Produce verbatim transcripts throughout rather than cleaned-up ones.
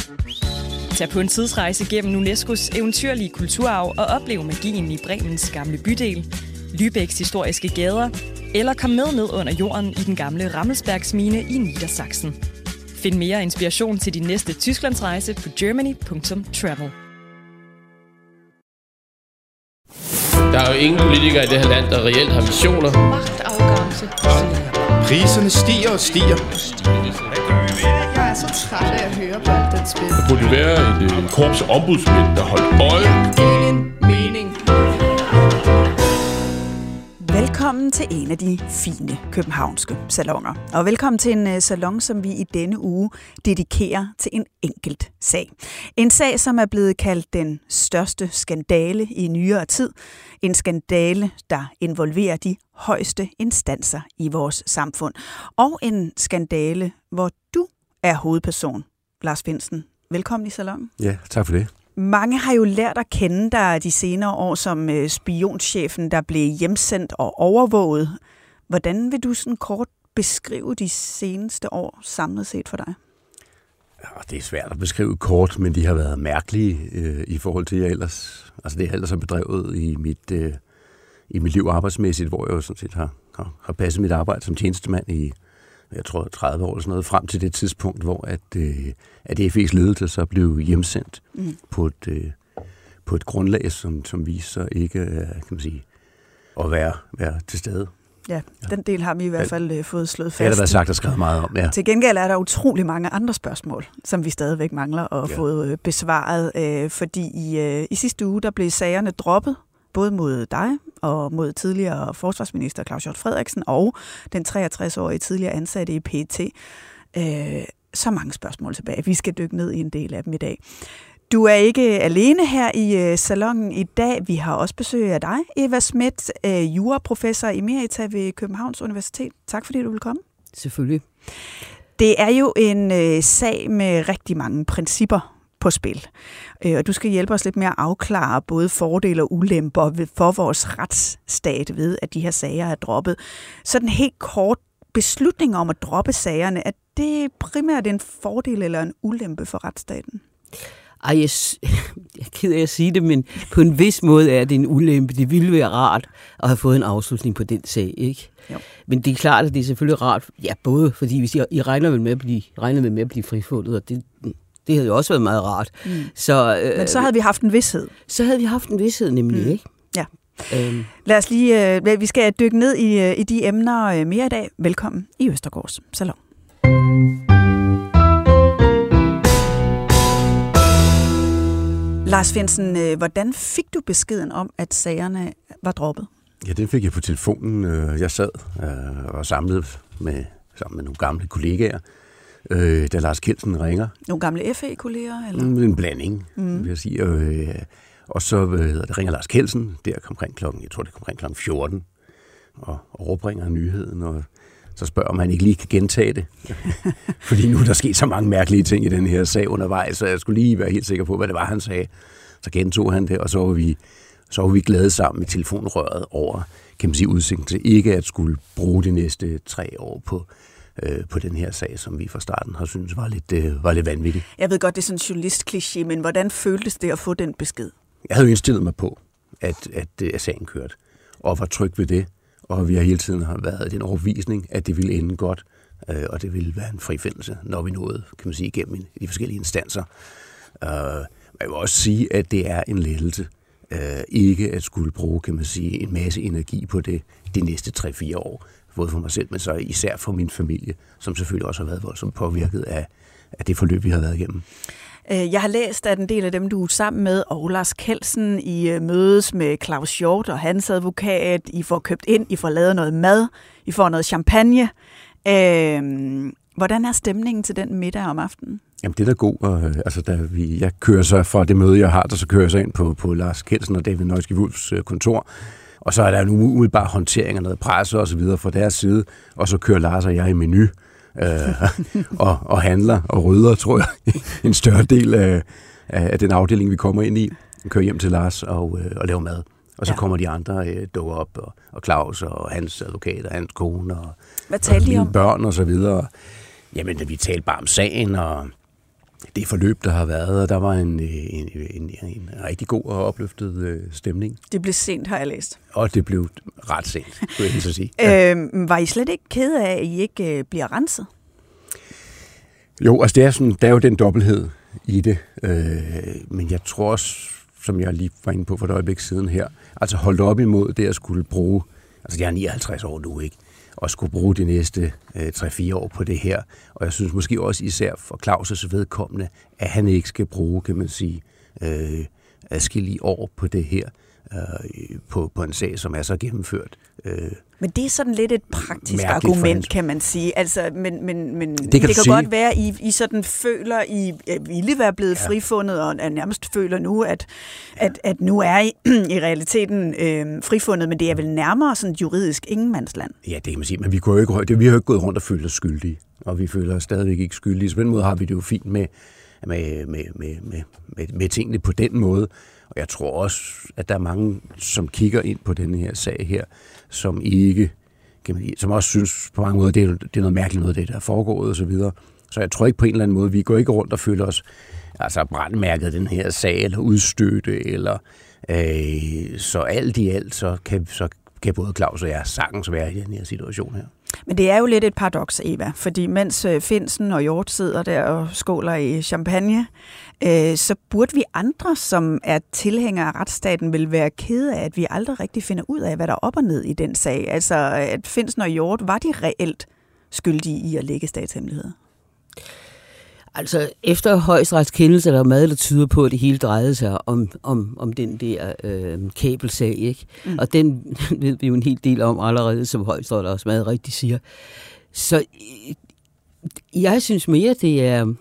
Tag på en tidsrejse gennem UNESCO's eventyrlige kulturarv og oplev magien i Bremens gamle bydel, Lübecks historiske gader, eller kom med ned under jorden i den gamle Rammelsbergsmine i Niedersachsen. Find mere inspiration til din næste Tysklandsrejse på germany punktum travel. Der er jo ingen politikere i det her land, der reelt har visioner. Magtafgangse. Priserne stiger og stiger. Jeg er så træt af at høre på alt den spil. Der burde være et øh, korps ombudsmænd, der holdt øje. Ingen mening. Velkommen til en af de fine københavnske salonger. Og velkommen til en uh, salon, som vi i denne uge dedikerer til en enkelt sag. En sag, som er blevet kaldt den største skandale i nyere tid. En skandale, der involverer de højeste instanser i vores samfund. Og en skandale, hvor du er hovedperson. Lars Findsen, velkommen i salonen. Ja, tak for det. Mange har jo lært at kende dig de senere år som spionchefen, der blev hjemsendt og overvåget. Hvordan vil du sådan kort beskrive de seneste år samlet set for dig? Ja, det er svært at beskrive kort, men de har været mærkelige øh, i forhold til, jeg ellers, altså det jeg ellers har bedrevet i mit, øh, i mit liv arbejdsmæssigt, hvor jeg jo sådan set har, har, har passet mit arbejde som tjenestemand i, jeg tror, tredive år eller sådan noget, frem til det tidspunkt, hvor at, øh, at F E's ledelse så blev hjemsendt mm. på, et, øh, på et grundlag, som, som viser ikke øh, kan man sige, at være, være til stede. Ja, den del har vi i hvert fald øh, fået slået fast. Det har der været sagt og skrevet meget om, ja. Til gengæld er der utrolig mange andre spørgsmål, som vi stadigvæk mangler at ja. få øh, besvaret, øh, fordi i, øh, i sidste uge, der blev sagerne droppet, både mod dig og mod tidligere forsvarsminister Claus Hjort Frederiksen og den treogtres-årige tidligere ansatte i P E T. Øh, så mange spørgsmål tilbage. Vi skal dykke ned i en del af dem i dag. Du er ikke alene her i salonen i dag. Vi har også besøg af dig, Eva Schmidt, juraprofessor emerita ved Københavns Universitet. Tak fordi du vil komme. Selvfølgelig. Det er jo en øh, sag med rigtig mange principper på spil. Og du skal hjælpe os lidt med at afklare både fordele og ulemper for vores retsstat ved, at de her sager er droppet. Sådan helt kort beslutning om at droppe sagerne, er det primært en fordel eller en ulempe for retsstaten? Ej, jeg, jeg er ked af at sige det, men på en vis måde er det en ulempe. Det ville være rart at have fået en afslutning på den sag, ikke? Jo. Men det er klart, at det er selvfølgelig rart, ja, både fordi hvis I, I regner med at blive, regner med at blive frifundet, og det Det havde jo også været meget rart. Mm. Så, øh, Men så havde vi haft en vished. Så havde vi haft en vished, nemlig, mm. ikke? Ja. Øhm. Lad os lige, øh, vi skal dykke ned i, i de emner øh, mere i dag. Velkommen i Østergaards Salon. Lars Findsen, øh, hvordan fik du beskeden om, at sagerne var droppet? Ja, den fik jeg på telefonen. Jeg sad øh, og var samlet med, sammen med nogle gamle kollegaer, Øh, da Lars Kjeldsen ringer. Nogle gamle F E-kolleger? Eller? En blanding, mm. vil jeg sige. Øh, og så øh, det ringer Lars Kjeldsen, der omkring klokken, jeg tror det kom omkring klokken fjorten, og overbringer nyheden, og så spørger om han ikke lige kan gentage det. Fordi nu er der sket så mange mærkelige ting i den her sag undervejs, så jeg skulle lige være helt sikker på, hvad det var, han sagde. Så gentog han det, og så var vi, så var vi glade sammen i telefonrøret over, kan man sige, udsigten til ikke at skulle bruge de næste tre år på på den her sag, som vi fra starten har syntes var lidt, øh, var lidt vanvittig. Jeg ved godt, det er sådan en journalistkliché, men hvordan føltes det at få den besked? Jeg havde jo indstillet mig på, at, at, at sagen kørte, og var tryg ved det, og vi har hele tiden har været den overbevisning, at det ville ende godt, øh, og det ville være en frifindelse, når vi nåede, kan man sige, igennem de forskellige instanser. Uh, jeg vil også sige, at det er en lettelse, uh, ikke at skulle bruge, kan man sige, en masse energi på det de næste tre fire år, både for mig selv, men så især for min familie, som selvfølgelig også har været voldsomt påvirket af, af det forløb, vi har været igennem. Jeg har læst, at en del af dem, du er sammen med, og Lars Kjeldsen, I mødes med Claus Hjort og hans advokat. I får købt ind, I får lavet noget mad, I får noget champagne. Øh, hvordan er stemningen til den middag om aftenen? Jamen, det er da god. Og, altså, da vi, jeg kører så fra det møde, jeg har, der så kører jeg så ind på, på Lars Kjeldsen og David Neuski Wulffs kontor. Og så er der en umiddelbar håndtering af noget presse og så videre fra deres side, og så kører Lars og jeg i menu øh, og, og handler og rydder, tror jeg, en større del af, af den afdeling, vi kommer ind i. Vi kører hjem til Lars og, øh, og laver mad. Og så ja. kommer de andre øh, dukker op, og, og Claus og hans advokat og hans kone og, Hvad talte og de om? børn og så videre. Jamen, vi talte bare om sagen, og det forløb, der har været, og der var en, en, en, en rigtig god og opløftet øh, stemning. Det blev sent, har jeg læst. Og det blev ret sent, kunne jeg så sige. Ja. Øh, var I slet ikke kede af, at I ikke øh, bliver renset? Jo, altså det er, sådan, der er jo den dobbelthed i det, øh, men jeg tror også, som jeg lige var inde på for et øjeblik siden her, altså holdt op imod det at skulle bruge, altså jeg er nioghalvtreds år nu, ikke? Og skulle bruge de næste øh, tre fire år på det her. Og jeg synes måske også især for Claus' vedkommende, at han ikke skal bruge, kan man sige, øh, adskillige år på det her, øh, på, på en sag, som er så gennemført. Øh, Men det er sådan lidt et praktisk argument, kan man sige. Altså, men men, men det kan, det kan godt være, at I, I sådan føler, I ville være blevet ja. frifundet, og nærmest føler nu, at, ja. at, at nu er I i realiteten øh, frifundet, men det er vel nærmere sådan juridisk ingenmandsland. Ja, det kan man sige, men vi, går jo ikke, vi har jo ikke gået rundt og følt os skyldige, og vi føler os stadigvæk ikke skyldige. Så på den måde har vi det jo fint med, med, med, med, med, med, med tingene på den måde. Og jeg tror også, at der er mange, som kigger ind på denne her sag her, som ikke, kan man, som også synes på mange måder, det er, det er noget mærkeligt noget, det der er foregået og så videre. Så jeg tror ikke på en eller anden måde, vi går ikke rundt og føler os altså brandmærket den her sag, eller udstøtte, eller øh, så alt i alt, så kan, så kan både Claus og jeg sagtens være i den her situation her. Men det er jo lidt et paradoks, Eva, fordi mens Finsen og Hjort sidder der og skåler i champagne, øh, så burde vi andre, som er tilhængere af retsstaten, vil være kede af, at vi aldrig rigtig finder ud af, hvad der er op og ned i den sag. Altså, at Finsen og Hjort, var de reelt skyldige i at lægge statshemmeligheder? Altså, efter Højesterets kendelse er der meget, der tyder på, at det hele drejede sig om, om, om den der øh, kabelsag, ikke? Mm. Og den ved vi jo en hel del om allerede, som Højesteret også meget rigtigt siger. Så jeg synes mere, det er,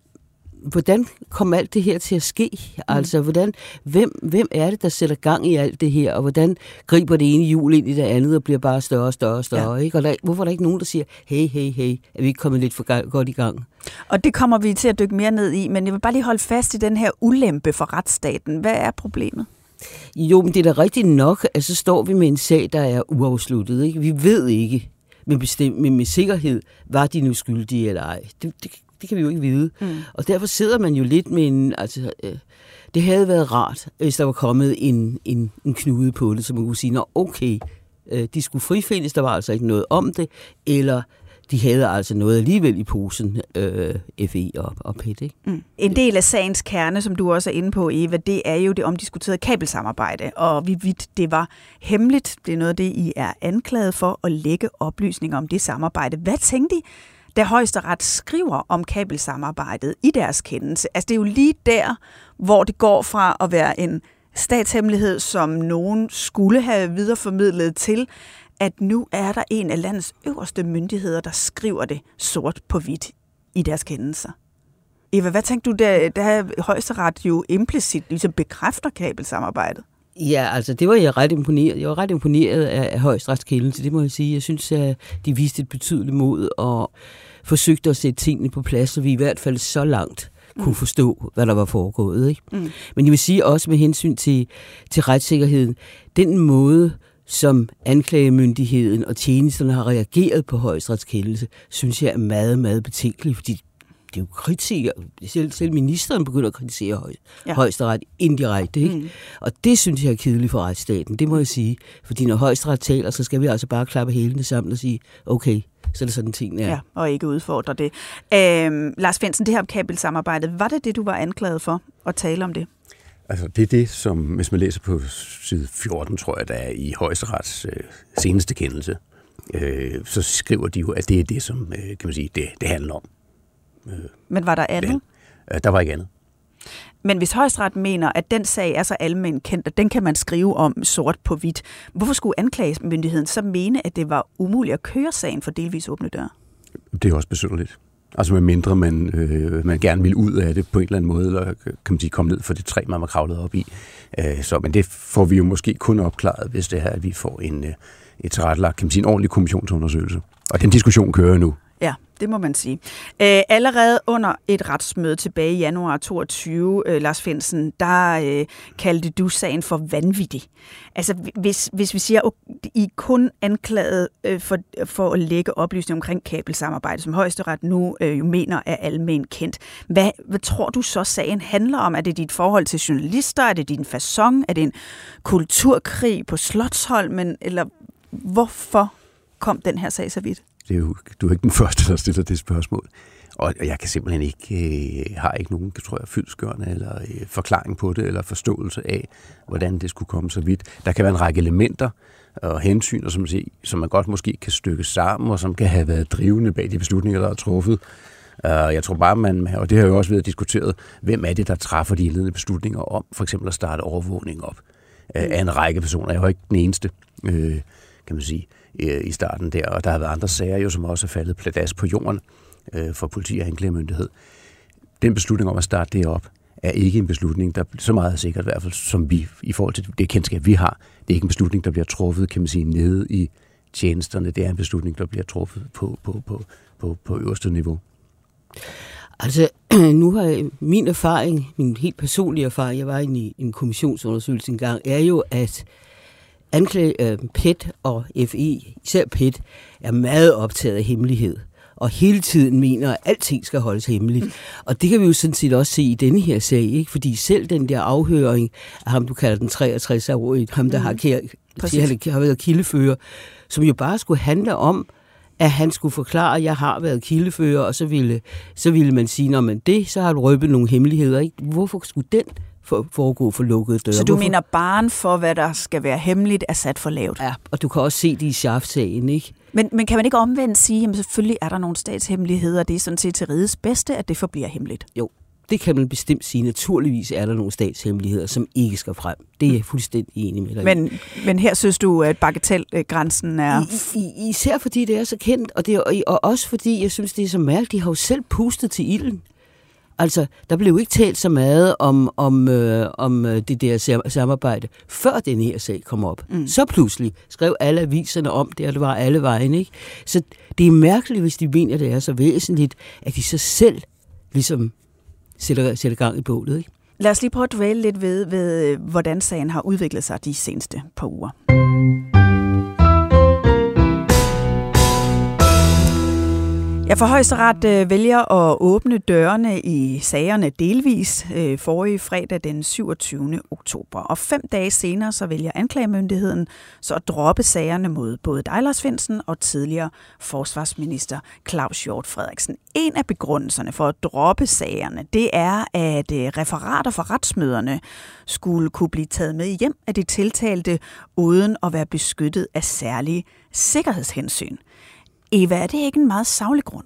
hvordan kom alt det her til at ske? Mm. Altså, hvordan, hvem, hvem er det, der sætter gang i alt det her, og hvordan griber det ene hjul ind i det andet, og bliver bare større og større og større, ja. Ikke? Og der, hvorfor er der ikke nogen, der siger, hey, hey, hey, er vi ikke kommet lidt for godt i gang? Og det kommer vi til at dykke mere ned i, men jeg vil bare lige holde fast i den her ulempe for retsstaten. Hvad er problemet? Jo, men det er da rigtigt nok, at så står vi med en sag, der er uafsluttet. Ikke? Vi ved ikke med, bestem- med, med sikkerhed, var de nu skyldige eller ej. Det, det, det kan vi jo ikke vide. Mm. Og derfor sidder man jo lidt med en... Altså, øh, det havde været rart, hvis der var kommet en, en, en knude på det, så man kunne sige, nå okay, øh, de skulle frifindes, der var altså ikke noget om det, eller... De havde altså noget alligevel i posen, øh, F E og, og P E T. Ikke? Mm. En del af sagens kerne, som du også er inde på, Eva, det er jo det omdiskuterede kabelsamarbejde, og hvorvidt det var hemmeligt. Det er noget af det, I er anklaget for at lægge oplysninger om det samarbejde. Hvad tænkte I, da Højesteret skriver om kabelsamarbejdet i deres kendelse? Altså det er jo lige der, hvor det går fra at være en statshemmelighed, som nogen skulle have videreformidlet til, at nu er der en af landets øverste myndigheder, der skriver det sort på hvidt i deres kendelser. Eva, hvad tænkte du, da, da Højesteret jo implicit ligesom bekræfter kabelsamarbejdet? Ja, altså det var jeg ret imponeret. Jeg var ret imponeret af, af Højesterets kendelse, det må jeg sige. Jeg synes, at de viste et betydeligt mod og forsøgte at sætte tingene på plads, så vi i hvert fald så langt kunne mm. forstå, hvad der var foregået. Ikke? Mm. Men jeg vil sige også med hensyn til, til retssikkerheden, den måde, som anklagemyndigheden og tjenesterne har reageret på Højesterets kendelse, synes jeg er meget, meget betænkeligt, fordi det er jo kritik. Selv, selv ministeren begynder at kritisere høj, ja. Højesteret indirekte. Ikke? Mm. Og det synes jeg er kedeligt for retsstaten, det må jeg sige. Fordi når Højesteret taler, så skal vi altså bare klappe hælene sammen og sige, okay, så er det sådan ting, der. Ja, og ikke udfordre det. Øhm, Lars Findsen, det her kabelsamarbejde, var det det, du var anklaget for at tale om det? Altså, det er det, som, hvis man læser på side fjorten, tror jeg, der er i Højesterets øh, seneste kendelse, øh, så skriver de jo, at det er det, som øh, kan man sige, det, det handler om. Øh, Men var der andet? Øh, der var ikke andet. Men hvis Højesteret mener, at den sag er så almen kendt, at den kan man skrive om sort på hvidt, hvorfor skulle anklagemyndigheden så mene, at det var umuligt at køre sagen for delvis åbne døre? Det er også besynderligt. Altså med mindre man, øh, man gerne vil ud af det på en eller anden måde, eller kan man sige, komme ned for det træ, man var kravlet op i. Øh, så, men det får vi jo måske kun opklaret, hvis det er, at vi får en, øh, et tilrettelagt, kan man sige, en ordentlig kommissionsundersøgelse. Og den diskussion kører nu. Ja, Det må man sige. Æ, allerede under et retsmøde tilbage i januar toogtyve, øh, Lars Findsen, der øh, kaldte du sagen for vanvittig. Altså, hvis, hvis vi siger, at I kun anklaget øh, for, for at lægge oplysninger omkring kabelsamarbejde, som Højesteret nu øh, jo mener er almen kendt. Hvad, hvad tror du så, sagen handler om? Er det dit forhold til journalister? Er det din facon? Er det en kulturkrig på Slotsholmen? Eller hvorfor kom den her sag så vidt? Det er jo, du er ikke den første, der stiller det spørgsmål. Og jeg kan simpelthen ikke, øh, har ikke nogen, tror jeg, fyldestgørende eller øh, forklaring på det, eller forståelse af, hvordan det skulle komme så vidt. Der kan være en række elementer og hensyn, og som, som man godt måske kan stykke sammen, og som kan have været drivende bag de beslutninger, der er truffet. Uh, jeg tror bare, man, og det har jo også været diskuteret, hvem er det, der træffer de indledende beslutninger om, for eksempel at starte overvågning op uh, af en række personer. Jeg er jo ikke den eneste, uh, kan man sige, i starten der, og der har været andre sager, jo, som også er faldet plads på jorden øh, for politi og anklagemyndighed. Den beslutning om at starte det op, er ikke en beslutning, der så meget er sikkert, i hvert fald som vi, i forhold til det kendskab, vi har, det er ikke en beslutning, der bliver truffet, kan man sige, nede i tjenesterne. Det er en beslutning, der bliver truffet på, på, på, på, på øverste niveau. Altså, nu har jeg, min erfaring, min helt personlige erfaring, jeg var inde i en kommissionsundersøgelse engang, er jo, at Anklage, øh, P E T og F E, især P E T, er meget optaget af hemmelighed, og hele tiden mener, at alting skal holdes hemmeligt. Og det kan vi jo sådan set også se i denne her sag, ikke? Fordi selv den der afhøring af ham, du kalder den treogtres-årige, ham der mm. har, har, har været kildefører, som jo bare skulle handle om, at han skulle forklare, at jeg har været kildefører, og så ville, så ville man sige, når man det, så har du røbet nogle hemmeligheder, ikke? Hvorfor skulle den for, foregå for lukkede døre? Så du Hvorfor? mener, barren for, hvad der skal være hemmeligt, er sat for lavt? Ja, og du kan også se det i Schaff-sagen, ikke? Men, men kan man ikke omvendt sige, at selvfølgelig er der nogle statshemmeligheder, det er sådan set til rigets bedste, at det forbliver hemmeligt? Jo, det kan man bestemt sige. Naturligvis er der nogle statshemmeligheder, som ikke skal frem. Det er jeg fuldstændig enig med dig. Men, men her synes du, at bagatelgrænsen er... I, i, især fordi det er så kendt, og, det er, og også fordi jeg synes, det er så mærkeligt. De har jo selv pustet til ilden. Altså, der blev jo ikke talt så meget om, om, øh, om det der samarbejde, før den her sag kom op. Mm. Så pludselig skrev alle aviserne om det, og det var alle vejen, ikke? Så det er mærkeligt, hvis de mener, det er så væsentligt, at de så selv ligesom sætter, sætter gang i bålet, ikke? Lad os lige prøve at dvæle lidt ved, ved, hvordan sagen har udviklet sig de seneste par uger. Ja, for Højesteret øh, vælger at åbne dørene i sagerne delvis øh, forrige fredag den syvogtyvende oktober. Og fem dage senere så vælger anklagemyndigheden så at droppe sagerne mod både dig, Lars Findsen, og tidligere forsvarsminister Claus Hjort Frederiksen. En af begrundelserne for at droppe sagerne, det er, at øh, referater fra retsmøderne skulle kunne blive taget med hjem af de tiltalte, uden at være beskyttet af særlige sikkerhedshensyn. Eva, er det ikke en meget saglig grund?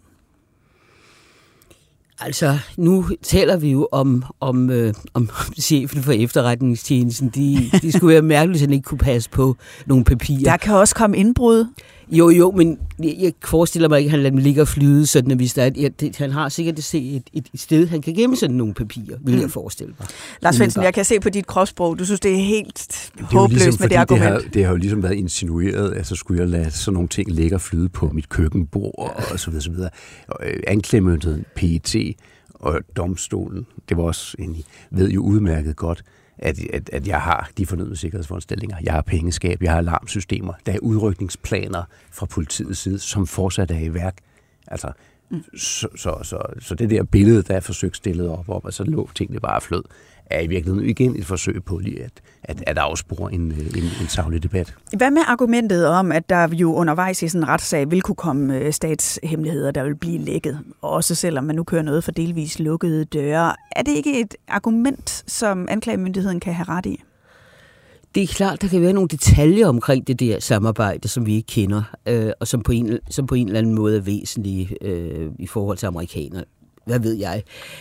Altså, nu taler vi jo om, om, øh, om chefen for efterretningstjenesten. De, de skulle være mærkeligt, at han ikke kunne passe på nogle papirer. Der kan også komme indbrud. Jo, jo, men jeg, jeg forestiller mig ikke, at han lader dem ligge og flyde, sådan at hvis der er et, ja, det, han har sikkert et, et, et sted, han kan gemme sådan nogle papirer, vil mm. jeg forestille mig. Lars Findsen, jeg kan se på dit kropssprog, du synes, det er helt det er håbløst ligesom, med det argument. Det har, det har jo ligesom været insinueret, at så skulle jeg lade sådan nogle ting ligge og flyde på mit køkkenbord, og så videre, så videre. Anklagemyndigheden, P E T og domstolen, det var også en, ved jo udmærket godt, At, at, at jeg har de fornødne sikkerhedsforanstaltninger, jeg har pengeskab, jeg har alarmsystemer, der er udrykningsplaner fra politiets side, som fortsat er i værk. Altså, mm. så, så, så, så det der billede, der er forsøgt stillet op, op og så lå tingene bare flød, er i virkeligheden igen et forsøg på lige at, at, at afspore en, en, en saglig debat. Hvad med argumentet om, at der jo undervejs i sådan en retssag vil kunne komme statshemmeligheder, der vil blive lækket, også selvom man nu kører noget for delvis lukkede døre? Er det ikke et argument, som anklagemyndigheden kan have ret i? Det er klart, der kan være nogle detaljer omkring det der samarbejde, som vi ikke kender, øh, og som på, en, som på en eller anden måde er væsentlige øh, i forhold til amerikanerne. hvad ved jeg.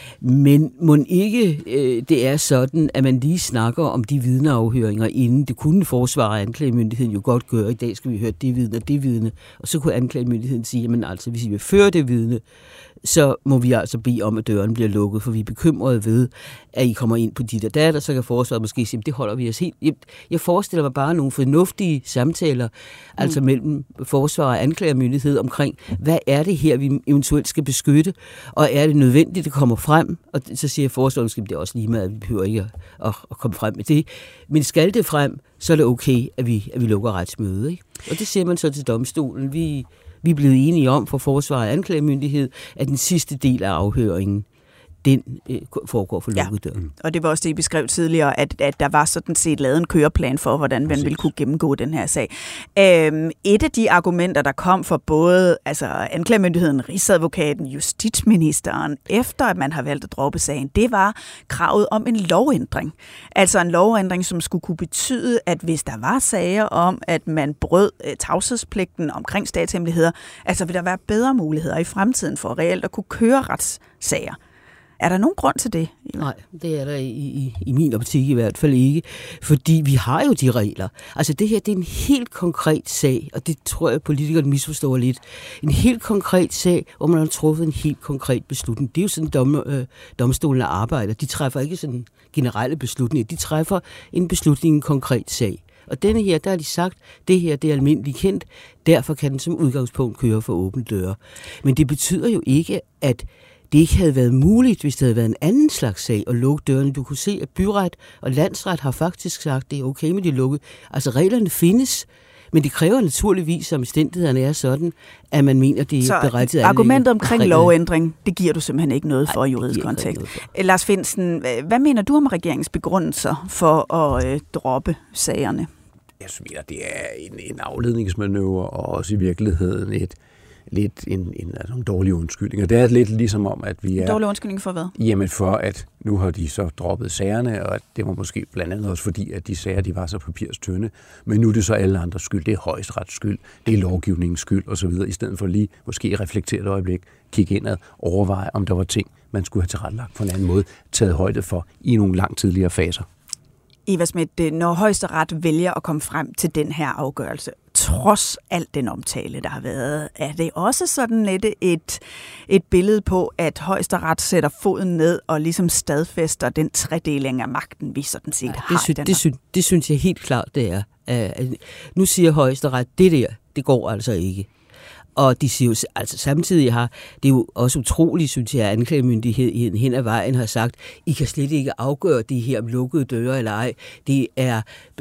Men må ikke øh, det er sådan, at man lige snakker om de vidneafhøringer inden. Det kunne forsvare og anklagemyndigheden jo godt gøre. I dag skal vi høre det vidne og det vidne. Og så kunne anklagemyndigheden sige, jamen altså, hvis I vil føre det vidne, så må vi altså bede om, at døren bliver lukket, for vi er bekymrede ved, at I kommer ind på dit og dat, og så kan forsvaret måske sige, det holder vi os helt. Jeg, jeg forestiller mig bare nogle fornuftige samtaler, mm. altså mellem forsvar og anklagemyndighed omkring, hvad er det her, vi eventuelt skal beskytte, og er det nødvendigt, det kommer frem? Og så siger forsvaret, at det er også lige med, at vi behøver ikke at, at komme frem med det. Men skal det frem, så er det okay, at vi, at vi lukker retsmødet. Ikke? Og det siger man så til domstolen. Vi Vi er blevet enige om for forsvar og anklagemyndighed, at den sidste del af afhøringen, den øh, foregår for lukket dør. Ja. Og det var også det, I beskrev tidligere, at, at der var sådan set lavet en køreplan for, hvordan man Præcis. ville kunne gennemgå den her sag. Øhm, et af de argumenter, der kom fra både altså, anklagemyndigheden, rigsadvokaten, justitsministeren, efter at man har valgt at droppe sagen, det var kravet om en lovændring. Altså en lovændring, som skulle kunne betyde, at hvis der var sager om, at man brød øh, tavshedspligten omkring statshemmeligheder, altså vil der være bedre muligheder i fremtiden for reelt at kunne køre retssager. Er der nogen grund til det? Nej, det er der i, i, i min optik i hvert fald ikke. Fordi vi har jo de regler. Altså det her, det er en helt konkret sag, og det tror jeg, politikerne misforstår lidt. En helt konkret sag, hvor man har truffet en helt konkret beslutning. Det er jo sådan, dom, øh, domstolene arbejder. De træffer ikke sådan generelle beslutninger. De træffer en beslutning i en konkret sag. Og denne her, der har de sagt, det her, det er almindeligt kendt, derfor kan den som udgangspunkt køre for åbne døre. Men det betyder jo ikke, at det ikke havde været muligt, hvis det havde været en anden slags sag at lukke dørene. Du kunne se, at byret og landsret har faktisk sagt, at det er okay med de lukket. Altså reglerne findes, men det kræver naturligvis, at omstændighederne er sådan, at man mener, det er berettiget. Så argumentet omkring reglerne. Lovændring, det giver du simpelthen ikke noget for i juridisk kontekst. Lars Findsen, hvad mener du om regeringens begrundelser for at øh, droppe sagerne? Jeg synes, det er en, en afledningsmanøvre, og også i virkeligheden et lidt en, en, altså en dårlig undskyldning. Og det er lidt ligesom om, at vi er... En dårlig undskyldning for hvad? Jamen for, at nu har de så droppet sagerne, og at det var måske blandt andet også fordi, at de sager, de var så papirstynde. Men nu er det så alle andres skyld. Det er højesterets skyld, det er lovgivningens skyld osv. I stedet for lige måske reflektere et øjeblik, kigge indad, overveje, om der var ting, man skulle have tilrettelagt på en anden måde, taget højde for i nogle langt tidligere faser. Eva Smith, når Højesteret vælger at komme frem til den her afgørelse, trods alt den omtale, der har været, er det også sådan lidt et, et billede på, at Højesteret sætter foden ned og ligesom stadfæster den tredeling af magten, vi sådan set ja, har det synes, det, synes, det synes jeg helt klart, det er. Uh, nu siger Højesteret, det der, det går altså ikke. Og de siger jo, altså samtidig har, det er jo også utroligt, synes jeg, at anklagemyndigheden hen ad vejen har sagt, I kan slet ikke afgøre de her lukkede døre eller ej. Det er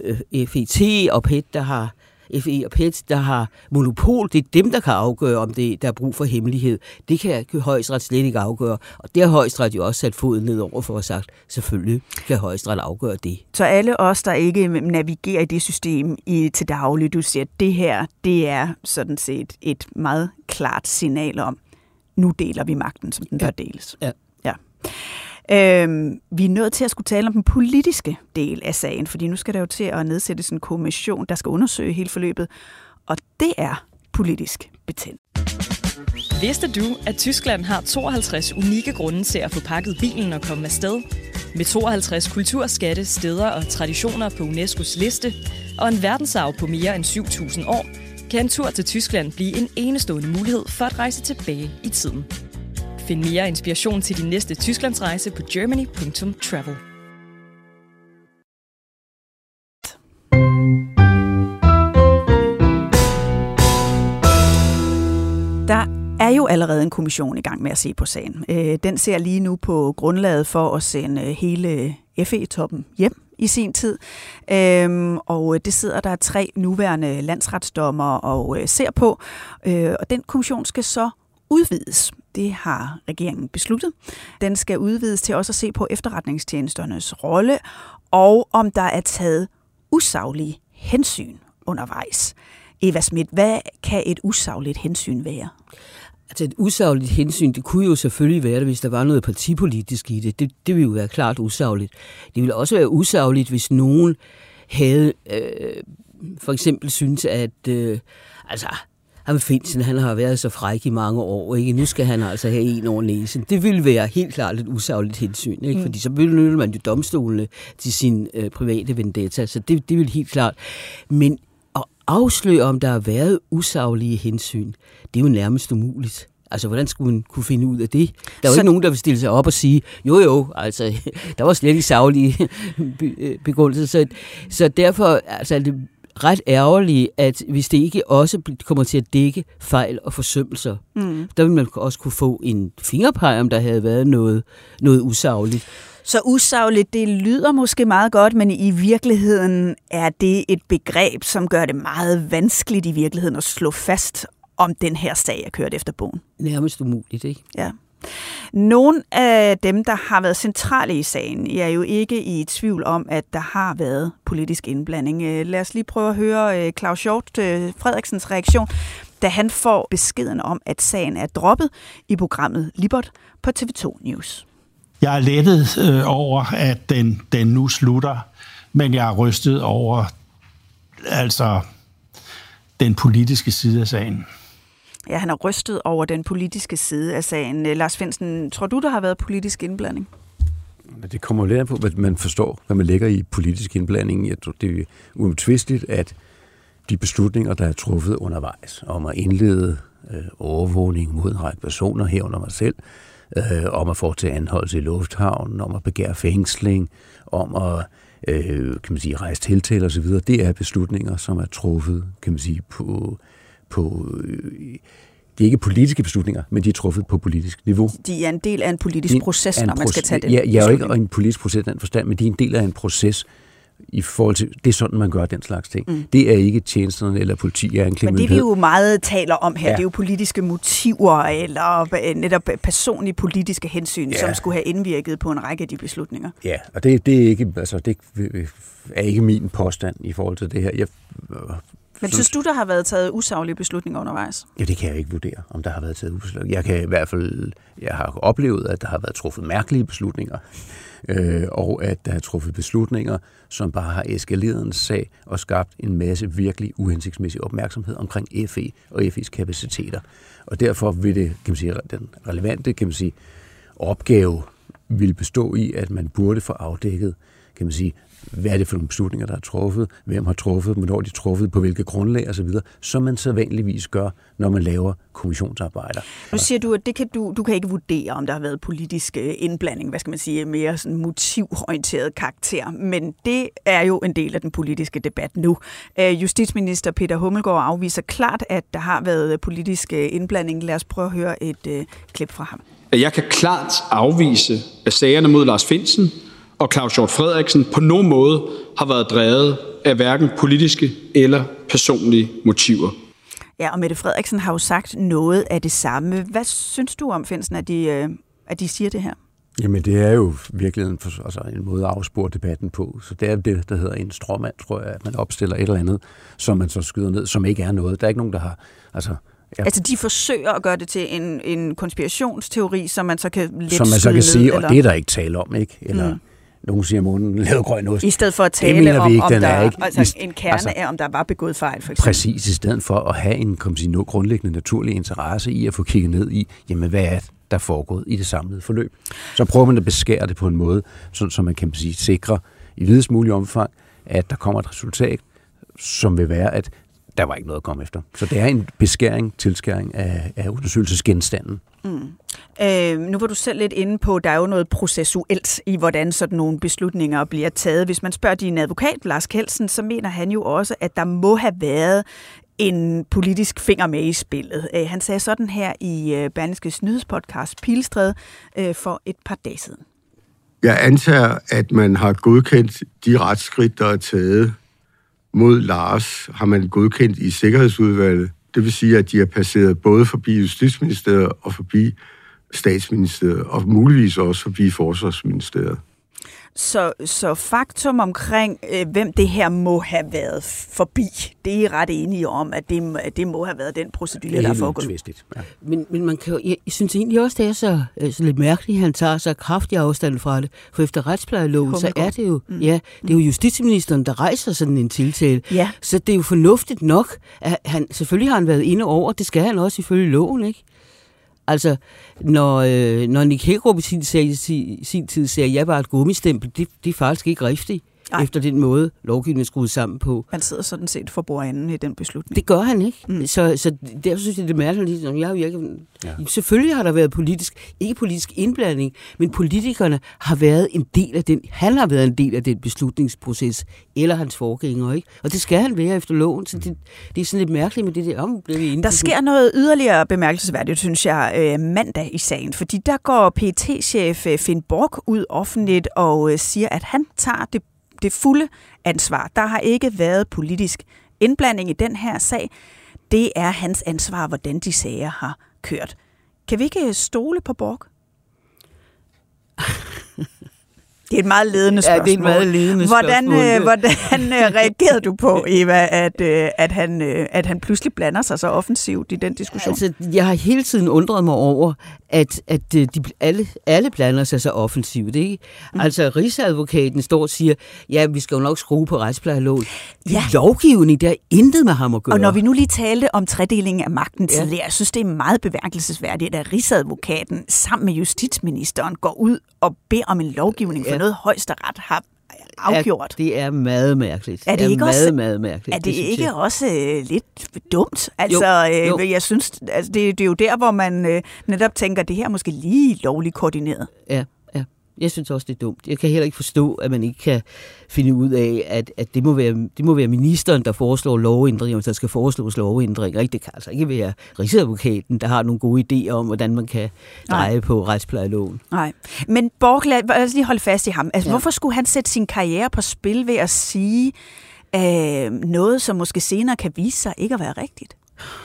F E T og P E T, der har F E og P E T, der har monopol. Det er dem, der kan afgøre, om det, der er brug for hemmelighed. Det kan Højesteret slet ikke afgøre. Og det har Højesteret jo også sat foden ned over for at sagt, selvfølgelig kan Højesteret afgøre det. Så alle os, der ikke navigerer i det system i, til daglig, du siger, at det her, det er sådan set et meget klart signal om, nu deler vi magten, som den bør deles. Ja. Ja. Øhm, vi er nødt til at skulle tale om den politiske del af sagen, fordi nu skal der jo til at nedsættes en kommission, der skal undersøge hele forløbet, og det er politisk betændt. Vidste du, at Tyskland har tooghalvtreds unikke grunde til at få pakket bilen og komme afsted? Med tooghalvtreds kulturskatte, steder og traditioner på UNESCO's liste, og en verdensarv på mere end syv tusind år, kan en tur til Tyskland blive en enestående mulighed for at rejse tilbage i tiden. Find mere inspiration til din næste Tysklandsrejse på germany punktum travel. Der er jo allerede en kommission i gang med at se på sagen. Den ser lige nu på grundlaget for at sende hele F E-toppen hjem i sin tid. Og det sidder der tre nuværende landsretsdommere og ser på. Og den kommission skal så udvides. Det har regeringen besluttet. Den skal udvides til også at se på efterretningstjenesternes rolle, og om der er taget usaglige hensyn undervejs. Eva Smith, hvad kan et usagligt hensyn være? Altså et usagligt hensyn, det kunne jo selvfølgelig være det, hvis der var noget partipolitisk i det. Det, det ville jo være klart usagligt. Det ville også være usagligt, hvis nogen havde øh, for eksempel synes, at øh, altså ham Findsen, han har været så fræk i mange år, ikke? Nu skal han altså have en over næsen. Det ville være helt klart et usagligt hensyn, ikke? Mm. Fordi så benytter man jo domstolene til sin øh, private vendetta, så det, det vil helt klart. Men at afsløre, om der har været usaglige hensyn, det er jo nærmest umuligt. Altså, hvordan skulle man kunne finde ud af det? Der er jo så... ikke nogen, der vil stille sig op og sige, jo jo, altså, der var slet ikke saglige begrundelser. Så, så derfor altså, er det ret ærgerligt, at hvis det ikke også kommer til at dække fejl og forsømmelser, mm. der vil man også kunne få en fingerpeg, om der havde været noget, noget usagligt. Så usagligt, det lyder måske meget godt, men i virkeligheden er det et begreb, som gør det meget vanskeligt i virkeligheden at slå fast, om den her sag er kørt efter bogen. Nærmest umuligt, ikke? Ja. Nogle af dem, der har været centrale i sagen, er jo ikke i tvivl om, at der har været politisk indblanding. Lad os lige prøve at høre Claus Hjort Frederiksens reaktion, da han får beskeden om, at sagen er droppet i programmet Libert på T V to News. Jeg er lettet øh, over, at den, den nu slutter, men jeg er rystet over altså den politiske side af sagen. Ja, han er rystet over den politiske side af sagen. Lars Findsen, tror du, der har været politisk indblanding? Det kommer jo lidt an på, hvad man forstår, hvad man lægger i politisk indblanding. Jeg tror, det er uomtvisteligt, at de beslutninger, der er truffet undervejs om at indlede øh, overvågning mod en række personer, herunder mig selv, øh, om at foretage anholdelse i lufthavnen, om at begære fængsling, om at øh, kan man sige, rejse tiltale osv., det er beslutninger, som er truffet, kan man sige, på... på øh, det er ikke politiske beslutninger, men de er truffet på politisk niveau. De er en del af en politisk proces, en når man skal tage den. Ja, jeg er jo ikke en politisk proces i den forstand, men de er en del af en proces i forhold til, det er sådan, man gør den slags ting. Mm. Det er ikke tjenesterne eller politi, er en men det vi jo meget taler om her, ja. Det er jo politiske motiver eller netop personlige politiske hensyn, ja. Som skulle have indvirket på en række af de beslutninger. Ja, og det, det, er, ikke, altså, det er ikke min påstand i forhold til det her. Jeg, Men synes du, der har været taget usaglige beslutninger undervejs? Ja, det kan jeg ikke vurdere, om der har været taget usaglige. Jeg kan i hvert fald, jeg har oplevet, at der har været truffet mærkelige beslutninger, øh, og at der er truffet beslutninger, som bare har eskaleret en sag og skabt en masse virkelig uhensigtsmæssig opmærksomhed omkring F E og F E's kapaciteter. Og derfor vil det, kan man sige, den relevante, kan man sige, opgave vil bestå i, at man burde få afdækket, kan man sige, hvad er det for nogle beslutninger, der er truffet, hvem har truffet, hvornår de er truffet, på hvilke grundlag osv., som man så vanligvis gør, når man laver kommissionsarbejder. Nu siger du, at det kan du, du kan ikke vurdere, om der har været politisk indblanding, hvad skal man sige, mere sådan motivorienteret karakter, men det er jo en del af den politiske debat nu. Justitsminister Peter Hummelgaard afviser klart, at der har været politisk indblanding. Lad os prøve at høre et uh, klip fra ham. Jeg kan klart afvise, at sagerne mod Lars Findsen og Claus Hjort Frederiksen på nogen måde har været drevet af hverken politiske eller personlige motiver. Ja, og Mette Frederiksen har jo sagt noget af det samme. Hvad synes du om, Findsen, at de, at de siger det her? Jamen, det er jo virkelig en, altså en måde at afspore debatten på. Så det er det, der hedder en stråmand, tror jeg, at man opstiller et eller andet, som man så skyder ned, som ikke er noget. Der er ikke nogen, der har... Altså, ja. Altså, de forsøger at gøre det til en, en konspirationsteori, som man så kan lidt Som man så kan ned, sige, eller? Og det er der ikke tale om, ikke? Eller... Mm. Nogen siger, at månen lavede grøn ost. I stedet for at tale om, ikke, om der ikke. Altså, en kerne altså, er, om der var begået fejl, for eksempel. Præcis, i stedet for at have en kan man sige, noget grundlæggende naturlig interesse i at få kigget ned i, jamen hvad er der foregået i det samlede forløb. Så prøver man at beskære det på en måde, så, så man kan sige, sikre i videst mulig omfang, at der kommer et resultat, som vil være, at der var ikke noget at komme efter. Så det er en beskæring, tilskæring af, af undersøgelsesgenstanden. Mm. Øh, nu var du selv lidt inde på, der er jo noget processuelt i, hvordan sådan nogle beslutninger bliver taget. Hvis man spørger din advokat, Lars Kelsen, så mener han jo også, at der må have været en politisk finger med i spillet. Øh, han sagde sådan her i uh, Berlingskes nyhedspodcast Pilestræde øh, for et par dage siden. Jeg antager, at man har godkendt de retsskridt, der er taget mod Lars, har man godkendt i Sikkerhedsudvalget. Det vil sige, at de er passeret både forbi Justitsministeriet og forbi Statsministeriet, og muligvis også forbi Forsvarsministeriet. Så, så faktum omkring, øh, hvem det her må have været forbi, det er ret enige om, at det, at det må have været den procedure, der er foregået. Ja. Men, men man kan jo, jeg, jeg synes egentlig også, det er så, så lidt mærkeligt, at han tager så kraftig afstand fra det. For efter retsplejeloven, så er det jo, mm. ja, det er jo justitsministeren, der rejser sådan en tiltale. Ja. Så det er jo fornuftigt nok, at han, selvfølgelig har han været inde over, det skal han også ifølge loven, ikke? Altså, når, øh, når Nick Hækkerup i sin, sin, sin tid siger, at jeg var et gummistempel, det, det er faktisk ikke rigtigt. Ej. Efter den måde, lovgivningen er skruet sammen på. Han sidder sådan set for bordenden i den beslutning. Det gør han ikke. Mm. Så, så derfor synes jeg, det er mærkeligt. Jeg har virket, ja. Selvfølgelig har der været politisk, ikke politisk indblanding, men politikerne har været en del af den, han har været en del af den beslutningsproces, eller hans forgænger, ikke? Og det skal han være efter loven, så det, det er sådan lidt mærkeligt med det der. Om, bliver vi inde der sker noget yderligere bemærkelsesværdigt, synes jeg, øh, mandag i sagen, fordi der går P E T-chef Finn Borch ud offentligt og øh, siger, at han tager det det fulde ansvar. Der har ikke været politisk indblanding i den her sag. Det er hans ansvar, hvordan de sager har kørt. Kan vi ikke stole på Borch? Det er et meget ledende spørgsmål. Ja, det er et meget ledende hvordan, spørgsmål. Øh, hvordan reagerede du på, Eva, at, øh, at, han, øh, at han pludselig blander sig så offensivt i den diskussion? Altså, jeg har hele tiden undret mig over, at, at de, alle, alle blander sig så offensivt, ikke? Mm. Altså, rigsadvokaten står og siger, ja, vi skal jo nok skrue på retsplejeloven. Ja. Lovgivning, der er intet med ham at gøre. Og når vi nu lige talte om tredelingen af magten ja. tidligere, jeg synes, det er meget bemærkelsesværdigt, at rigsadvokaten sammen med justitsministeren går ud og beder om en lovgivning for ja. noget højesteret har afgjort. Ja, det er meget mærkeligt. Er det, det er ikke meget, også, meget mærkeligt. Er det, det ikke jeg. også øh, lidt dumt? Altså, jo, jo. Øh, jeg synes, altså, det, det er jo der, hvor man øh, netop tænker, det her er måske lige lovligt koordineret. Ja, ja. Jeg synes også, det er dumt. Jeg kan heller ikke forstå, at man ikke kan finde ud af, at, at det, må være, det må være ministeren, der foreslår lovændringer, hvis der skal foreslås lovændringer. Det kan altså ikke være rigsadvokaten, der har nogle gode idéer om, hvordan man kan dreje Nej. på retsplejeloven. Nej, men Borch, lad os lige holde fast i ham. Altså, ja. Hvorfor skulle han sætte sin karriere på spil ved at sige øh, noget, som måske senere kan vise sig ikke at være rigtigt?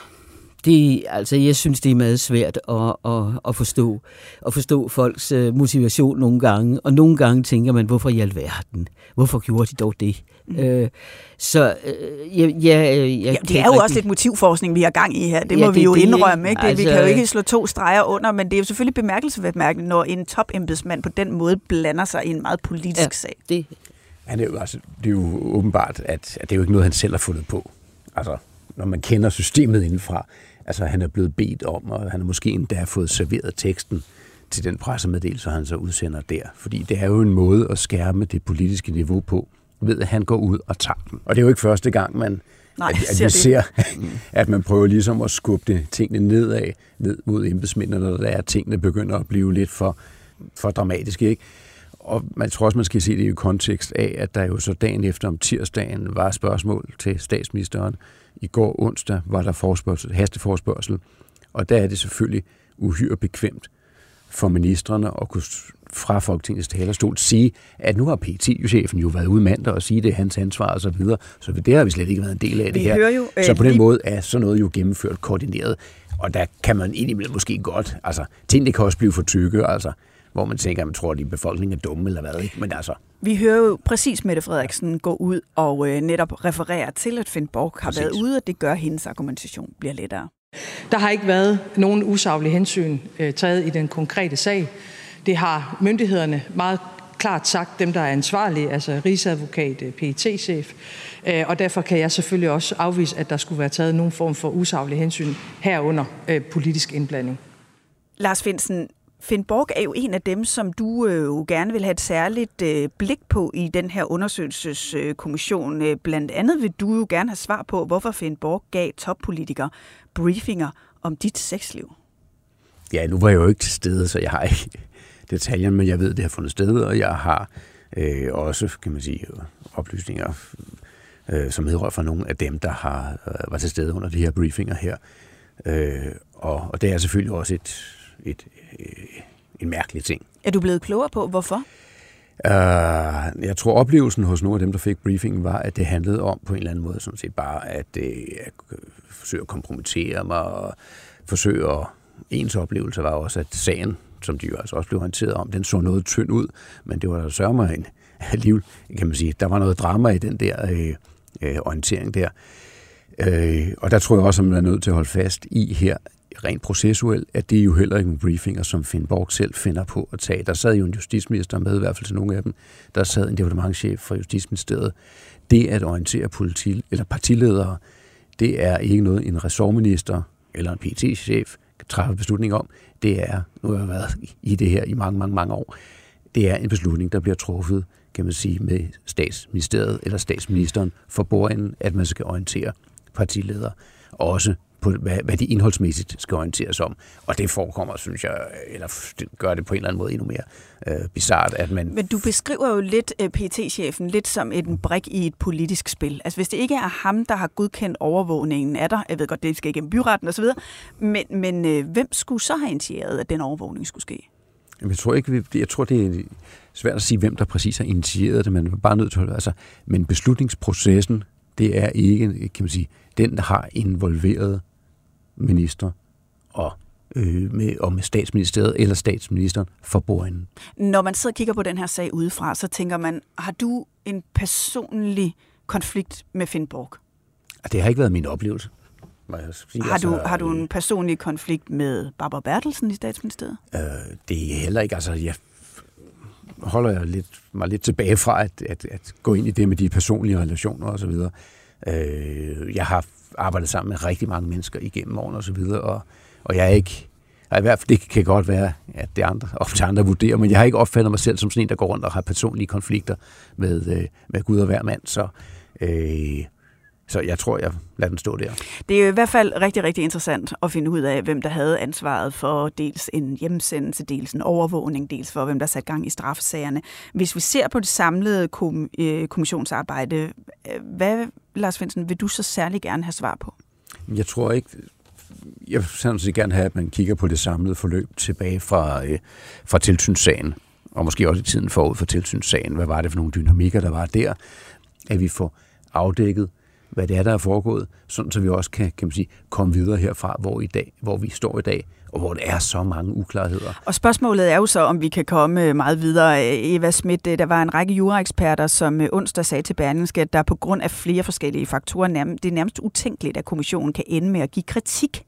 Det, altså, jeg synes, det er meget svært at, at, at, forstå, at forstå folks motivation nogle gange. Og nogle gange tænker man, hvorfor i alverden? Hvorfor gjorde de dog det? Mm. Øh, så øh, ja, ja, jeg ja, det er jo rigtig... også lidt motivforskning, vi har gang i her. Det må ja, det, vi jo det, indrømme. Ikke? Det, altså... Vi kan jo ikke slå to streger under, men det er jo selvfølgelig bemærkelsesværdigt, når en topembedsmand på den måde blander sig i en meget politisk ja, sag. Det... Han er jo, altså, det er jo åbenbart, at, at det er jo ikke noget, han selv har fundet på. Altså, når man kender systemet indenfra. Altså, han er blevet bedt om, og han har måske endda fået serveret teksten til den pressemeddelelse, han så udsender der. Fordi det er jo en måde at skærme det politiske niveau på, ved at han går ud og tager den. Og det er jo ikke første gang, man, Nej, at, at vi det. ser, at man prøver ligesom at skubbe det, tingene nedad, ned mod embedsmændene, når der er, tingene begynder at blive lidt for, for dramatiske, ikke? Og man tror også, man skal se det i kontekst af, at der jo så dagen efter om tirsdagen var spørgsmål til statsministeren. I går onsdag var der forspørgsel, hasteforspørgsel, og der er det selvfølgelig uhyre bekvemt for ministrene at kunne fra Folketingets talerstol sige, at nu har P E T-chefen jo været ude mandag og sige, at det er hans ansvar og så videre. Så det har vi slet ikke været en del af det vi her. Jo, øh, så på den lige... måde er sådan noget jo gennemført koordineret. Og der kan man indimellem måske godt, altså tingene kan også blive for tykke, altså hvor man tænker, at man tror, at befolkningen er dumme eller hvad, ikke? Men altså... Vi hører jo præcis Mette Frederiksen gå ud og øh, netop referere til, at Finn Borch har præcis. været ude, og det gør, at hendes argumentation bliver lettere. Der har ikke været nogen usaglige hensyn øh, taget i den konkrete sag. Det har myndighederne meget klart sagt, dem der er ansvarlige, altså rigsadvokat, P E T-chef, øh, og derfor kan jeg selvfølgelig også afvise, at der skulle være taget nogen form for usaglige hensyn herunder øh, politisk indblanding. Lars Findsen, Finn Borch er jo en af dem, som du øh, jo gerne vil have et særligt øh, blik på i den her undersøgelseskommission. Øh, blandt andet vil du jo gerne have svar på, hvorfor Finn Borch gav toppolitikere briefinger om dit sexliv. Ja, nu var jeg jo ikke til stede, så jeg har ikke detaljer, men jeg ved, det har fundet sted, og jeg har øh, også, kan man sige, oplysninger, øh, som hedder fra nogle af dem, der har øh, var til stede under de her briefinger her. Øh, og, og det er selvfølgelig også et Et, øh, en mærkelig ting. Er du blevet klogere på, hvorfor? Uh, jeg tror, oplevelsen hos nogle af dem, der fik briefingen, var, at det handlede om på en eller anden måde, sådan set bare at, øh, at forsøge at kompromittere mig, og forsøge at... Ens oplevelse var også, at sagen som de jo altså også blev orienteret om, den så noget tynd ud, men det var der sørge mig en alligevel, kan man sige. Der var noget drama i den der øh, øh, orientering der. Øh, og der tror jeg også, at man er nødt til at holde fast i her, rent processuelt, at det er jo heller ikke nogle briefinger, som Finn Borch selv finder på at tage. Der sad jo en justitsminister med, i hvert fald til nogle af dem. Der sad en departementschef fra Justitsministeriet. Det at orientere politi- eller partiledere, det er ikke noget, en ressortminister eller en P E T-chef kan træffe beslutning om. Det er, nu har jeg været i det her i mange, mange, mange år, det er en beslutning, der bliver truffet, kan man sige, med statsministeriet eller statsministeren for bordenden, at man skal orientere partiledere. Også på, hvad, hvad de indholdsmæssigt skal orienteres om. Og det forekommer, synes jeg, eller det gør det på en eller anden måde endnu mere øh, bizart, at man... Men du beskriver jo lidt uh, P E T-chefen lidt som en brik i et politisk spil. Altså hvis det ikke er ham, der har godkendt overvågningen af dig, jeg ved godt, det skal igennem byretten osv., men, men øh, hvem skulle så have initieret, at den overvågning skulle ske? Jeg tror ikke, jeg tror, det er svært at sige, hvem der præcis har initieret det, men man er bare nødt til at holde, altså, men beslutningsprocessen, det er ikke, kan man sige, den har involveret minister og, øh, med, og med statsministeriet eller statsministeren for bordenden. Når man sidder og kigger på den her sag udefra, så tænker man, har du en personlig konflikt med Finn Borch? Det har ikke været min oplevelse. Sige, har, altså, du, har du en personlig konflikt med Barbara Bertelsen i statsministeriet? Øh, det er heller ikke, altså jeg holder jeg lidt, mig lidt tilbage fra at, at, at gå ind i det med de personlige relationer og så videre. Øh, jeg har arbejdet sammen med rigtig mange mennesker igennem årene og så videre, og, og jeg er ikke, i hvert fald det kan godt være, at det andre, op til andre vurderer, men jeg har ikke opfattet mig selv som sådan en, der går rundt og har personlige konflikter med, øh, med Gud og hver mand, så øh, Så jeg tror, jeg lader den stå der. Det er jo i hvert fald rigtig, rigtig interessant at finde ud af, hvem der havde ansvaret for dels en hjemsendelse, dels en overvågning, dels for hvem der satte gang i straffesagerne. Hvis vi ser på det samlede kom- kommissionsarbejde, hvad, Lars Findsen, vil du så særlig gerne have svar på? Jeg tror ikke... Jeg vil sådan set gerne have, at man kigger på det samlede forløb tilbage fra, øh, fra tilsynssagen, og måske også i tiden forud for tilsynssagen. Hvad var det for nogle dynamikker, der var der? At vi får afdækket, hvad det er, der er foregået, sådan så vi også kan, kan man sige, komme videre herfra, hvor, i dag, hvor vi står i dag, og hvor der er så mange uklarheder. Og spørgsmålet er jo så, om vi kan komme meget videre. Eva Schmidt, der var en række juraeksperter, som onsdag sagde til Berlingske, at der på grund af flere forskellige faktorer, det er nærmest utænkeligt, at kommissionen kan ende med at give kritik.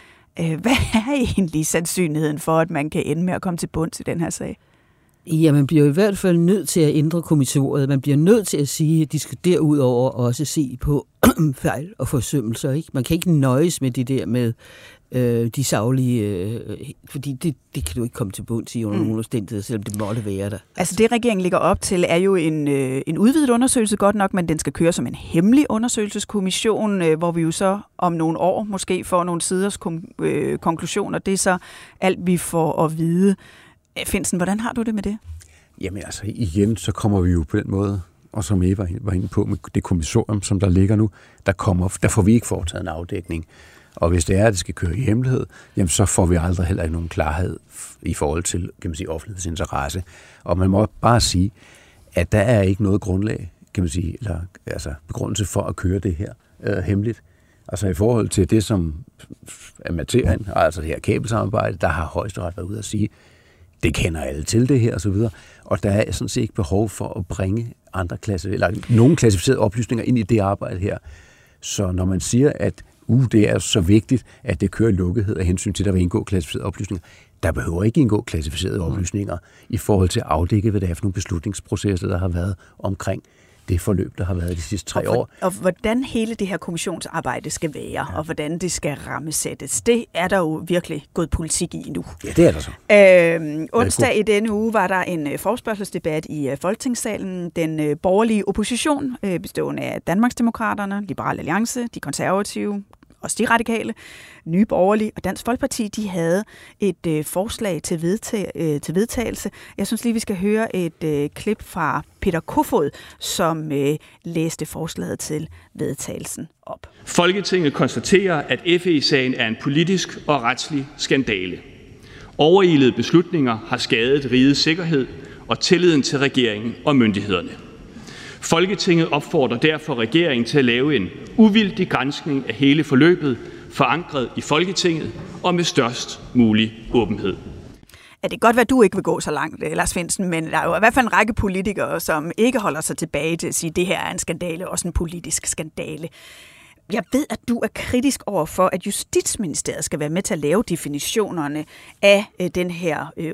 Hvad er egentlig sandsynligheden for, at man kan ende med at komme til bunds i den her sag? Ja, man bliver i hvert fald nødt til at ændre kommissoriet. Man bliver nødt til at sige, at de skal derudover også se på fejl og forsømmelser. Ikke? Man kan ikke nøjes med det der med øh, de saglige, øh, fordi det, det kan du ikke komme til bunds i under mm. nogen omstændigheder, selvom det måtte være der. Altså det, regeringen ligger op til, er jo en, øh, en udvidet undersøgelse, godt nok, men den skal køre som en hemmelig undersøgelseskommission, øh, hvor vi jo så om nogle år måske får nogle siders kom, øh, konklusioner. Det er så alt, vi får at vide. Findsen, hvordan har du det med det? Jamen altså, igen, så kommer vi jo på den måde, og som Eva var inde på med det kommissorium, som der ligger nu, der, kommer, der får vi ikke foretaget en afdækning. Og hvis det er, at det skal køre i hemmelighed, jamen så får vi aldrig heller ikke nogen klarhed i forhold til, kan man sige, offentlighedsinteresse. Og man må bare sige, at der er ikke noget grundlag, kan man sige, eller altså begrundelse for at køre det her øh, hemmeligt. Altså i forhold til det, som er materien, altså det her kabelsamarbejde, der har Højesteret været ude at sige, det kender alle til det her og så videre, og der er sådan set ikke behov for at bringe andre klasse, eller nogle klassificerede oplysninger ind i det arbejde her. Så når man siger, at uh, det er så vigtigt, at det kører lukkethed af hensyn til, at der vil indgå klassificerede oplysninger, der behøver ikke indgå klassificerede oplysninger i forhold til at afdække, hvad det er for nogle beslutningsprocesser, der har været omkring det forløb, der har været de sidste tre og for, år. Og hvordan hele det her kommissionsarbejde skal være, ja. Og hvordan det skal rammesættes, det er der jo virkelig gået politik i nu. Ja, det er der så. Øh, onsdag i denne uge var der en forespørgselsdebat i Folketingssalen. Den borgerlige opposition, bestående af Danmarksdemokraterne, Liberal Alliance, de konservative, også de radikale, Nye Borgerlige og Dansk Folkeparti, de havde et øh, forslag til, vedtag, øh, til vedtagelse. Jeg synes lige, vi skal høre et øh, klip fra Peter Kofod, som øh, læste forslaget til vedtagelsen op. Folketinget konstaterer, at F E-sagen er en politisk og retslig skandale. Overilede beslutninger har skadet rigets sikkerhed og tilliden til regeringen og myndighederne. Folketinget opfordrer derfor regeringen til at lave en uvildig granskning af hele forløbet, forankret i Folketinget og med størst mulig åbenhed. at det godt være, at du ikke vil gå så langt, Lars Findsen, men der er jo i hvert fald en række politikere, som ikke holder sig tilbage til at sige, at det her er en skandale, også en politisk skandale. Jeg ved, at du er kritisk over for, at Justitsministeriet skal være med til at lave definitionerne af øh, den her øh,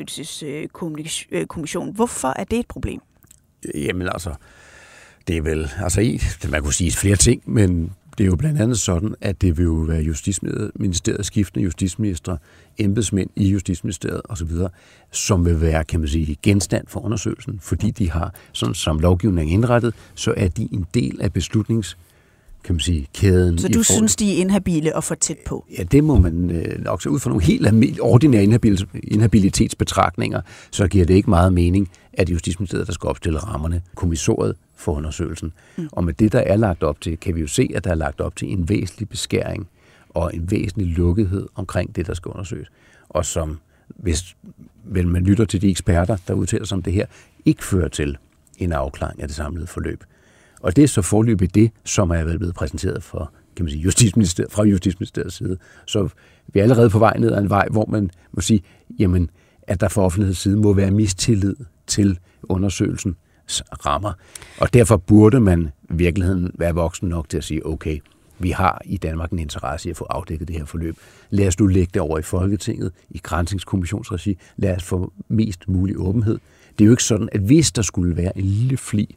undersøgelseskommission. Hvorfor er det et problem? Jamen altså, det er vel, altså i, man kunne sige flere ting, men det er jo blandt andet sådan, at det vil jo være Justitsministeriet, skiftende justitsminister, embedsmænd i Justitsministeriet osv., som vil være, kan man sige, genstand for undersøgelsen, fordi de har, sådan som lovgivningen er indrettet, så er de en del af beslutnings kan man sige, kæden. Så du synes, de er inhabile og for tæt på? Ja, det må man øh, nok se ud fra nogle helt ordinære inhabil- inhabilitetsbetragtninger, så giver det ikke meget mening, at Justitsministeriet, der skal opstille rammerne, kommissoriet for undersøgelsen. Mm. Og med det, der er lagt op til, kan vi jo se, at der er lagt op til en væsentlig beskæring og en væsentlig lukkethed omkring det, der skal undersøges. Og som, hvis vel man lytter til de eksperter, der udtaler sig om det her, ikke fører til en afklaring af det samlede forløb. Og det er så forløbet det, som er vel blevet præsenteret for, kan man sige, Justitsministeriet, fra Justitsministeriets side. Så vi er allerede på vej ned ad en vej, hvor man må sige, jamen, at der fra offentlighedens side må være mistillid til undersøgelsens rammer. Og derfor burde man i virkeligheden være voksen nok til at sige, okay, vi har i Danmark en interesse i at få afdækket det her forløb. Lad os nu lægge det over i Folketinget, i granskningskommissionsregi. Lad os få mest mulig åbenhed. Det er jo ikke sådan, at hvis der skulle være en lille fli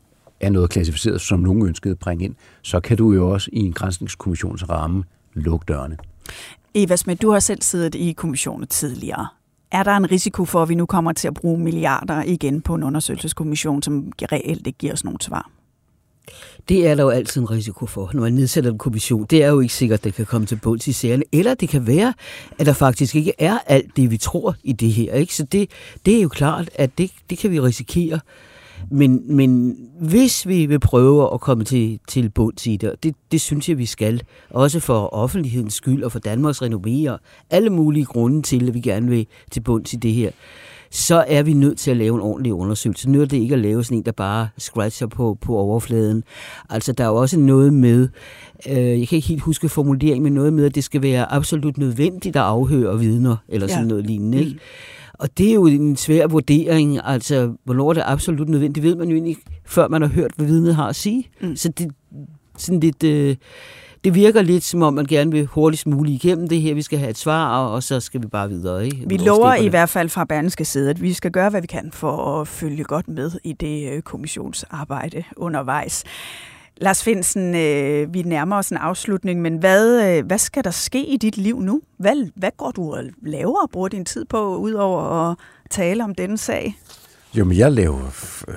er noget klassificeret, som nogen ønskede at bringe ind, så kan du jo også i en granskningskommissions ramme lukke dørene. Eva Smith, du har selv siddet i kommissionen tidligere. Er der en risiko for, at vi nu kommer til at bruge milliarder igen på en undersøgelseskommission, som reelt ikke giver os nogen svar? Det er der jo altid en risiko for, når man nedsætter en kommission. Det er jo ikke sikkert, at det kan komme til bunds i sagerne. Eller det kan være, at der faktisk ikke er alt det, vi tror i det her. Ikke? Så det, det er jo klart, at det, det kan vi risikere. Men, men hvis vi vil prøve at komme til, til bunds i det, det, det synes jeg, vi skal, også for offentlighedens skyld og for Danmarks renommé og alle mulige grunde til, at vi gerne vil til bunds i det her, så er vi nødt til at lave en ordentlig undersøgelse. Nu er det ikke at lave sådan en, der bare scratcher på, på overfladen. Altså, der er jo også noget med, øh, jeg kan ikke helt huske formuleringen, men noget med, at det skal være absolut nødvendigt at afhøre vidner, eller sådan ja. noget lignende, ikke? Mm. Og det er jo en svær vurdering, altså hvornår det er absolut nødvendigt, det ved man jo ikke, før man har hørt, hvad vidnet har at sige. Mm. Så det, sådan lidt, øh, det virker lidt, som om man gerne vil hurtigst muligt igennem det her, vi skal have et svar, og så skal vi bare videre. Ikke? Vi lover i hvert fald fra Berlingske side, at vi skal gøre, hvad vi kan for at følge godt med i det øh, kommissionsarbejde undervejs. Lars Findsen, øh, vi nærmer os en afslutning, men hvad, øh, hvad skal der ske i dit liv nu? Hvad, hvad går du og laver og bruger din tid på, udover at tale om denne sag? Jo, men jeg laver... Øh,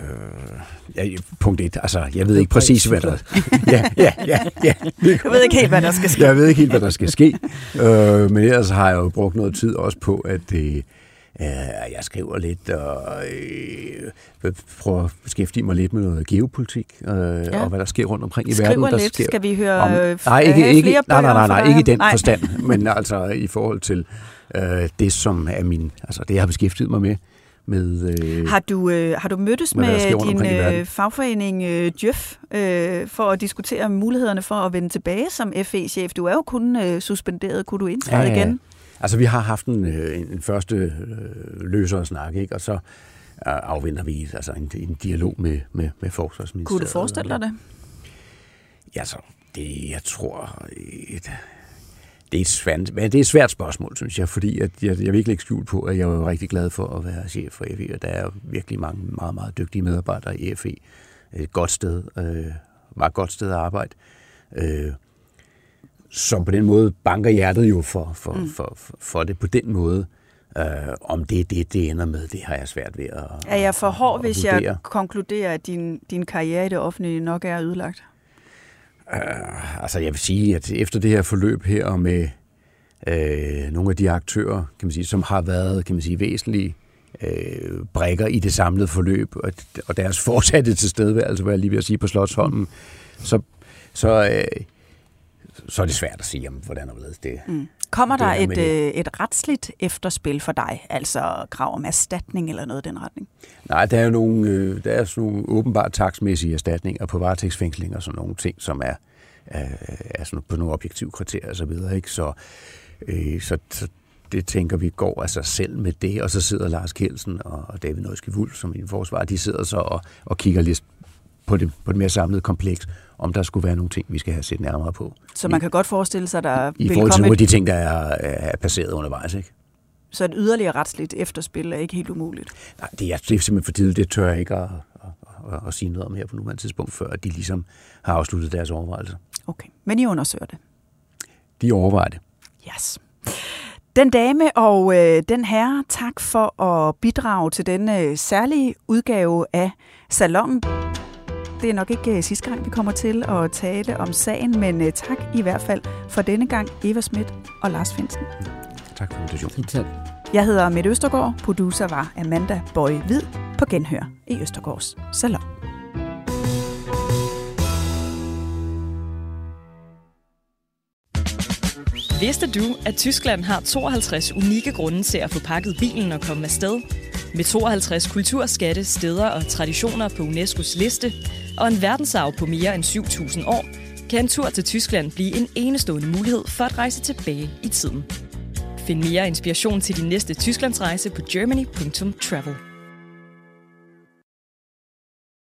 ja, punkt et, altså, jeg ved ikke præcis, hvad der... ja, ja, ja, ja. Jeg ved ikke helt, hvad der skal ske. Jeg ved ikke helt, hvad der skal ske. øh, men ellers har jeg jo brugt noget tid også på, at det... Uh, jeg skriver lidt og uh, prøver at beskæftige mig lidt med noget geopolitik uh, ja. og hvad der sker rundt omkring i skriver verden. Der lidt. Sker Skal vi høre om, f- nej, ikke, ikke, flere nej, nej, nej, nej, ikke i den nej. forstand, men altså i forhold til uh, det, som er min, altså det, jeg har beskæftiget mig med. med uh, har, du, uh, har du mødtes med, med din uh, fagforening uh, J Ø F uh, for at diskutere mulighederne for at vende tilbage som F E-chef? Du er jo kun uh, suspenderet. Kunne du indtræde ja, ja. igen? Altså, vi har haft en, en første øh, løsere snak, ikke? Og så øh, afventer vi altså en, en dialog med, med, med forsvarsministeriet. Kunne du forestille dig det? Ja, så det, jeg tror, et, det, er et svært, det er et svært spørgsmål, synes jeg, fordi at jeg, jeg virkelig ikke skjult på, at jeg er rigtig glad for at være chef for F E, og der er virkelig mange meget, meget dygtige medarbejdere i F E. Et godt sted, øh, meget godt sted at arbejde. Øh, som på den måde banker hjertet jo for, for, mm. for, for, for det på den måde. Uh, om det er det, det ender med, det har jeg svært ved at Er jeg for hård, hvis vurdere. jeg konkluderer, at din, din karriere i det offentlige nok er ødelagt? Uh, altså jeg vil sige, at efter det her forløb her med uh, nogle af de aktører, kan man sige, som har været kan man sige, væsentlige uh, brækker i det samlede forløb, og, og deres fortsatte tilstedeværelse, hvad jeg lige vil sige på Slotsholmen, så, så uh, så er det svært at sige, om, hvordan og hvorledes det mm. Kommer der et, øh, et retsligt efterspil for dig, altså krav om erstatning eller noget i den retning? Nej, der er jo nogle, øh, der er sådan nogle åbenbart taksmæssige erstatninger på varetægtsfængsling og sådan nogle ting, som er, er, er sådan på nogle objektive kriterier og så videre, ikke? Så, øh, så, så det tænker vi går af sig selv med det, og så sidder Lars Kjeldsen og David Nøjske Wulff som i forsvar, de sidder så og, og kigger lidt på det, på det mere samlede kompleks, om der skulle være nogle ting, vi skal have set nærmere på. Så man kan godt forestille sig, der I forhold til nogle af de ting, der er, er passeret undervejs, ikke? Så et yderligere retsligt efterspil er ikke helt umuligt? Nej, det er, det er simpelthen for tidligt. Det tør jeg ikke at, at, at, at sige noget om her på nuværende tidspunkt, før de ligesom har afsluttet deres overvejelser. Okay, men I undersøger det? De overvejer det. Yes. Den dame og øh, den herre, tak for at bidrage til denne særlige udgave af Salonen. Det er nok ikke uh, sidste gang, vi kommer til at tale om sagen, men uh, tak i hvert fald for denne gang, Eva Smith og Lars Findsen. Tak for invitationen. Tak. Jeg hedder Mette Østergaard, producer var Amanda Bøje Hvid på Genhør i Østergaards Salon. Vidste du, at Tyskland har tooghalvtreds unikke grunde til at få pakket bilen og komme afsted? Med tooghalvtreds kulturskatte, steder og traditioner på UNESCO's liste og en verdensarv på mere end syv tusind år, kan en tur til Tyskland blive en enestående mulighed for at rejse tilbage i tiden. Find mere inspiration til din næste Tysklandsrejse på germany punktum travel.